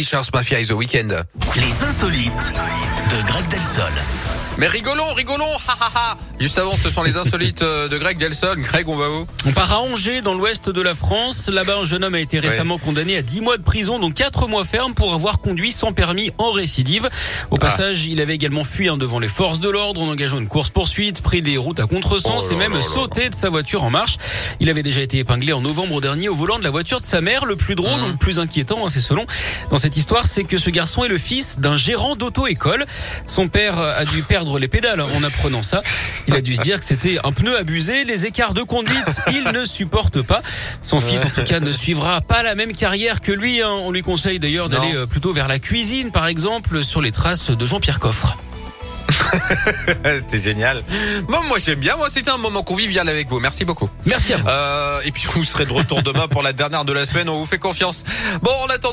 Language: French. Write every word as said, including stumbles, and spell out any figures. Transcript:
Charles Mafia et The Weeknd. Les insolites de Greg Delsol. Mais rigolons, rigolons, ha ha ha. Juste avant, ce sont les insolites de Greg Delsol. Greg, on va où? On part à Angers, dans l'ouest de la France. Là-bas, un jeune homme a été récemment ouais. condamné à dix mois de prison, donc quatre mois ferme pour avoir conduit sans permis en récidive. Au ah. passage, il avait également fui hein, devant les forces de l'ordre en engageant une course-poursuite, pris des routes à contresens oh et même là sauté là. de sa voiture en marche. Il avait déjà été épinglé en novembre dernier au volant de la voiture de sa mère. Le plus drôle, mmh. le plus inquiétant, hein, c'est selon, dans cette histoire, c'est que ce garçon est le fils d'un gérant d'auto-école. Son père a dû perdre les pédales en apprenant ça. Il a dû se dire que c'était un pneu abusé. Les écarts de conduite, il ne supporte pas. Son fils, en tout cas, ne suivra pas la même carrière que lui. Hein. On lui conseille d'ailleurs d'aller non. plutôt vers la cuisine, par exemple, sur les traces de Jean-Pierre Coffre. C'était génial. Bon, moi j'aime bien. Moi, c'était un moment convivial avec vous. Merci beaucoup. Merci à vous. Euh, et puis vous serez de retour demain pour la dernière de la semaine. On vous fait confiance. Bon, on attend.